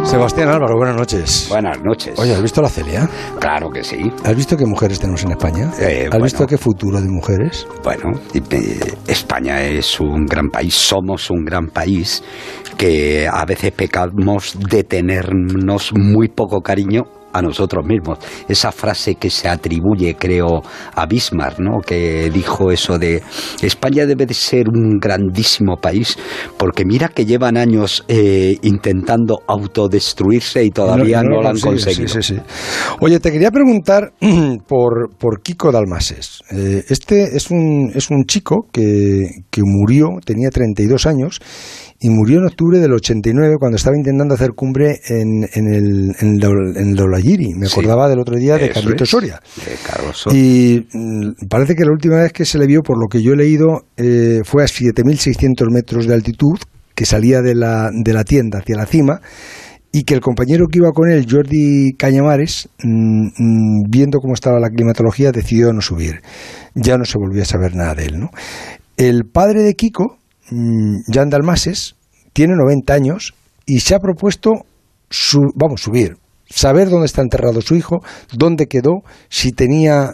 Sebastián Álvaro, buenas noches. Buenas noches. Oye, ¿has visto la Celia? Claro que sí. ¿Has visto qué mujeres tenemos en España? ¿Has visto qué futuro de mujeres? Bueno, España es un gran país, somos un gran país que a veces pecamos de tenernos muy poco cariño a nosotros mismos. Esa frase que se atribuye, creo, a Bismarck, ¿no?, que dijo eso de España debe de ser un grandísimo país, porque mira que llevan años intentando autodestruirse y todavía no lo han conseguido. Sí. Oye, te quería preguntar por Kiko Dalmases. Este es un chico que murió, tenía 32 años, y murió en octubre del 89 cuando estaba intentando hacer cumbre en Dolayiri. Me acordaba del otro día de Carlitos Soria. De Carlos Soria. Y parece que la última vez que se le vio, por lo que yo he leído, fue a 7.600 metros de altitud, que salía de la tienda hacia la cima, y que el compañero que iba con él, Jordi Cañamares, viendo cómo estaba la climatología, decidió no subir. Ya no se volvió a saber nada de él, ¿no? El padre de Kiko, Jan Dalmases, tiene 90 años y se ha propuesto subir, saber dónde está enterrado su hijo, dónde quedó, si tenía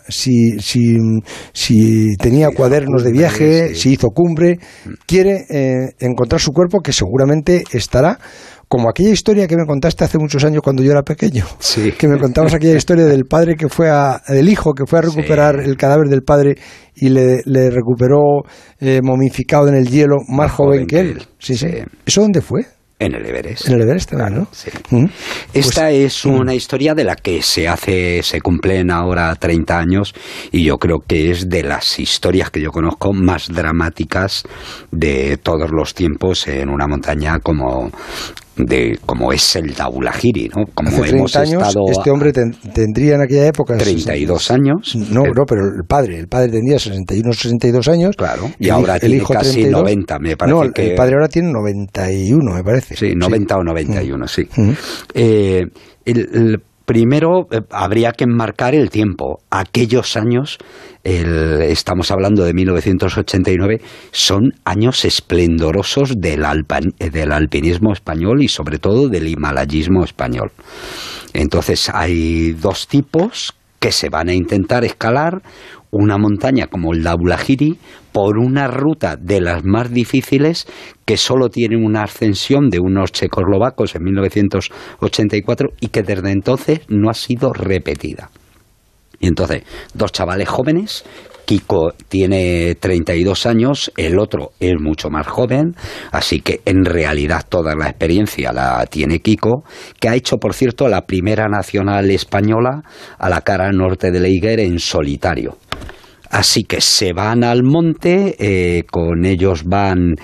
cuadernos de viaje, si hizo cumbre. Quiere encontrar su cuerpo, que seguramente estará como aquella historia que me contaste hace muchos años cuando yo era pequeño, que me contabas aquella historia del padre del hijo que fue a recuperar el cadáver del padre y le recuperó momificado en el hielo, más joven que él. Sí. ¿Eso dónde fue? En el Everest. En el Everest también, ¿no? Sí. Esta es una historia de la que se cumplen ahora 30 años y yo creo que es de las historias que yo conozco más dramáticas de todos los tiempos en una montaña como es el Dhaulagiri, ¿no? Como hace 30 años, este hombre tendría en aquella época 32 años. No, pero el padre tendría 61, 62 años. Claro, y ahora tiene hijo casi 32, 90, me parece. No, el padre ahora tiene 91, me parece. Sí, 90 o 91, sí. Primero habría que enmarcar el tiempo. Aquellos años, estamos hablando de 1989, son años esplendorosos del alpinismo español y sobre todo del himalayismo español. Entonces hay dos tipos que se van a intentar escalar una montaña como el Dhaulagiri por una ruta de las más difíciles, que solo tiene una ascensión de unos checoslovacos en 1984 y que desde entonces no ha sido repetida. Y entonces, dos chavales jóvenes, Kiko tiene 32 años, el otro es mucho más joven, así que en realidad toda la experiencia la tiene Kiko, que ha hecho, por cierto, la primera nacional española a la cara norte del Eiger en solitario. Así que se van al monte, con ellos van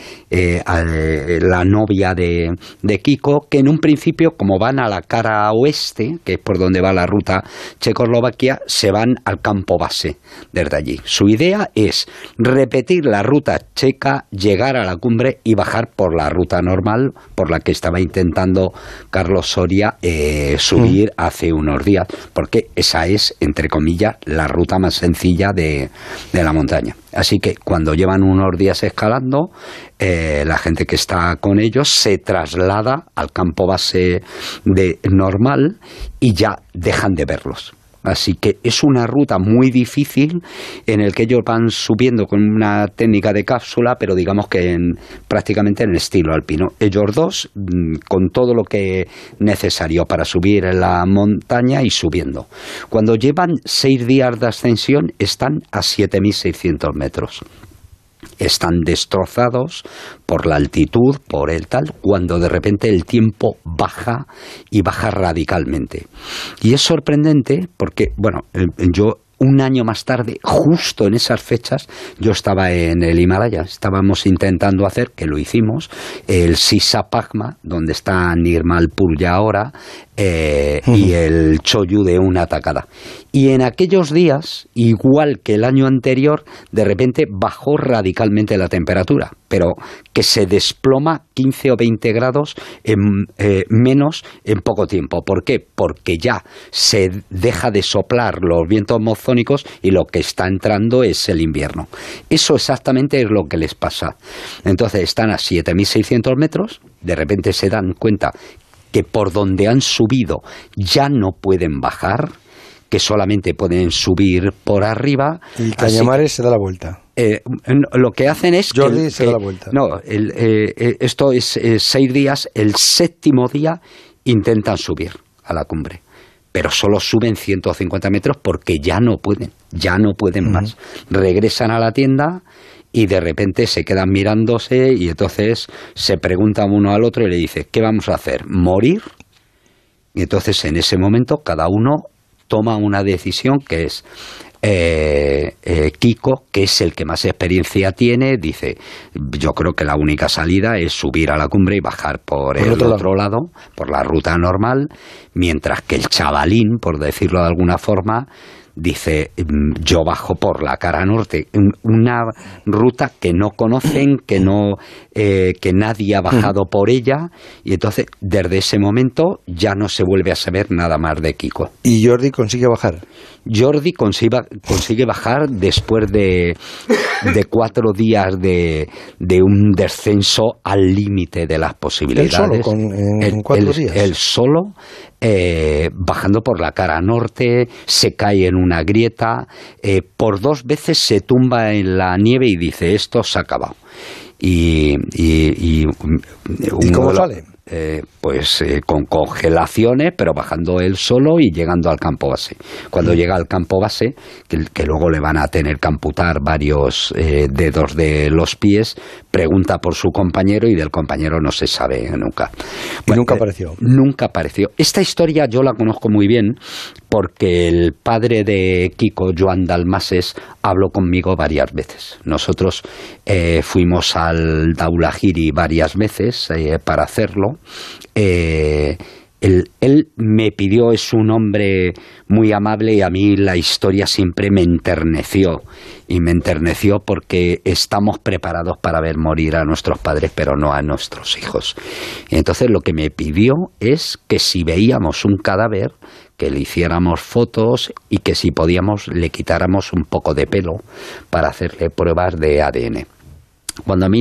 la novia de Kiko, que en un principio, como van a la cara oeste, que es por donde va la ruta Checoslovaquia, se van al campo base desde allí. Su idea es repetir la ruta checa, llegar a la cumbre y bajar por la ruta normal por la que estaba intentando Carlos Soria subir hace unos días, porque esa es, entre comillas, la ruta más sencilla de la montaña. Así que cuando llevan unos días escalando, la gente que está con ellos se traslada al campo base normal y ya dejan de verlos. Así que es una ruta muy difícil en el que ellos van subiendo con una técnica de cápsula, pero digamos que prácticamente en estilo alpino. Ellos dos, con todo lo que necesario para subir en la montaña y subiendo. Cuando llevan 6 días de ascensión, están a 7.600 metros. Están destrozados por la altitud, por el tal, cuando de repente el tiempo baja y baja radicalmente. Y es sorprendente porque, bueno, yo un año más tarde, justo en esas fechas, yo estaba en el Himalaya. Estábamos intentando hacer, que lo hicimos, el Sisa Pagma, donde está Nirmalpur ya ahora, y el Choyu de una tacada. Y en aquellos días, igual que el año anterior, de repente bajó radicalmente la temperatura, pero que se desploma 15 o 20 grados menos en poco tiempo. ¿Por qué? Porque ya se deja de soplar los vientos monzónicos y lo que está entrando es el invierno. Eso exactamente es lo que les pasa. Entonces están a 7.600 metros, de repente se dan cuenta que por donde han subido ya no pueden bajar, que solamente pueden subir por arriba. Y Cañamares se da la vuelta. Lo que hacen es Jordi se da la vuelta. No, esto es 6 días. El 7º día intentan subir a la cumbre, pero solo suben 150 metros porque ya no pueden más. Regresan a la tienda y de repente se quedan mirándose y entonces se preguntan uno al otro y le dicen, ¿qué vamos a hacer? ¿Morir? Y entonces en ese momento cada uno toma una decisión que es... Kiko, que es el que más experiencia tiene, dice, yo creo que la única salida es subir a la cumbre y bajar por el otro lado, por la ruta normal, mientras que el chavalín, por decirlo de alguna forma, dice, yo bajo por la cara norte, una ruta que no conocen, que nadie ha bajado por ella, y entonces desde ese momento ya no se vuelve a saber nada más de Kiko. ¿Y Jordi consigue bajar? Jordi consigue bajar después de 4 días de un descenso al límite de las posibilidades. ¿Él solo en 4 días? Él solo, bajando por la cara norte, se cae en una grieta, por 2 veces se tumba en la nieve y dice, esto se ha acabado. ¿Y cómo sale? Con congelaciones, pero bajando él solo y llegando al campo base. Cuando llega al campo base, que luego le van a tener que amputar varios dedos de los pies, pregunta por su compañero y del compañero no se sabe nunca. ¿Y nunca apareció? Nunca apareció. Esta historia yo la conozco muy bien porque el padre de Kiko, Joan Dalmases, habló conmigo varias veces. Nosotros fuimos al Daulagiri varias veces para hacerlo. Él me pidió, es un hombre muy amable y a mí la historia siempre me enterneció. Y me enterneció porque estamos preparados para ver morir a nuestros padres, pero no a nuestros hijos. Y entonces lo que me pidió es que si veíamos un cadáver, que le hiciéramos fotos y que si podíamos le quitáramos un poco de pelo para hacerle pruebas de ADN. Cuando en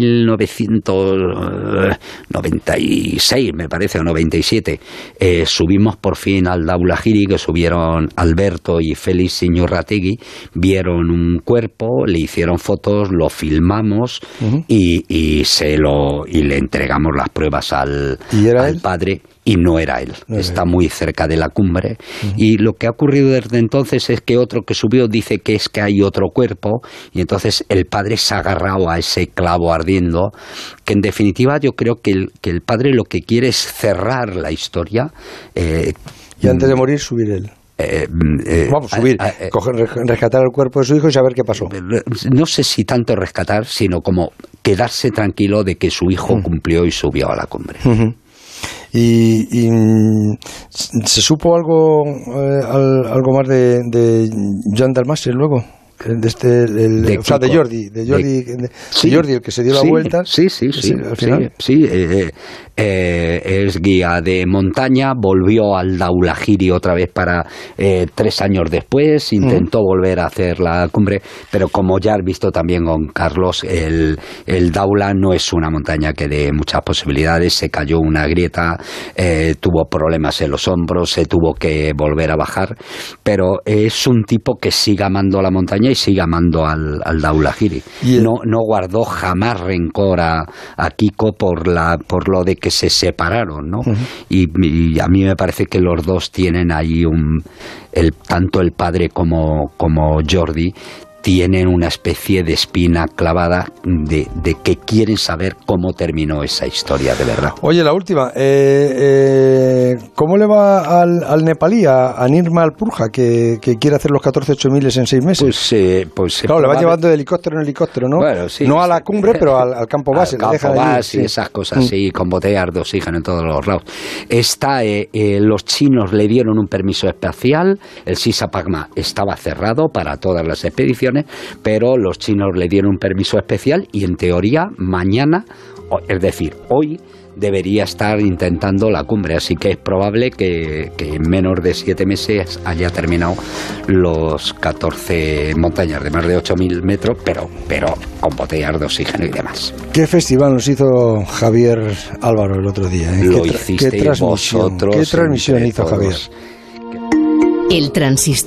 1996, me parece, o 97, subimos por fin al Daulagiri, que subieron Alberto y Félix Iñurrategui, vieron un cuerpo, le hicieron fotos, lo filmamos y le entregamos las pruebas al padre. Y no era él, está muy cerca de la cumbre. Y lo que ha ocurrido desde entonces es que otro que subió dice que es que hay otro cuerpo, y entonces el padre se ha agarrado a ese clavo ardiendo, que en definitiva yo creo que el padre lo que quiere es cerrar la historia. Y antes de morir, subir él. Subir, rescatar el cuerpo de su hijo y saber qué pasó. No sé si tanto rescatar, sino como quedarse tranquilo de que su hijo cumplió y subió a la cumbre. ¿Y se supo algo más de Joan Dalmases luego? De Jordi, el que se dio la vuelta. Sí. Es guía de montaña, volvió al Daulagiri otra vez para 3 años después, intentó volver a hacer la cumbre, pero como ya has visto también con Carlos, el Daula no es una montaña que dé muchas posibilidades, se cayó una grieta, tuvo problemas en los hombros, se tuvo que volver a bajar, pero es un tipo que sigue amando la montaña y sigue amando al Daulagiri. No guardó jamás rencor a Kiko por lo de que se separaron, ¿no? Y a mí me parece que los dos tienen ahí tanto el padre como Jordi tienen una especie de espina clavada de que quieren saber cómo terminó esa historia de verdad. Oye, la última, ¿cómo le va al nepalí, a Nirmal Purja, que quiere hacer los 14 8000 en 6 meses? Pues claro, le va llevando de helicóptero en helicóptero, ¿no? Bueno, sí, no a la cumbre, pero al campo base. Al campo base y esas cosas, sí, con botellas de oxígeno en todos los lados. Los chinos le dieron un permiso especial, el Sisapagma estaba cerrado para todas las expediciones, pero los chinos le dieron un permiso especial y en teoría mañana, es decir, hoy, debería estar intentando la cumbre, así que es probable que en menos de 7 meses haya terminado los 14 montañas de más de 8.000 metros, pero con botellas de oxígeno y demás. ¿Qué festival nos hizo Javier Álvaro el otro día? Lo hicisteis vosotros. ¿Qué transmisión hizo Javier? El transistor.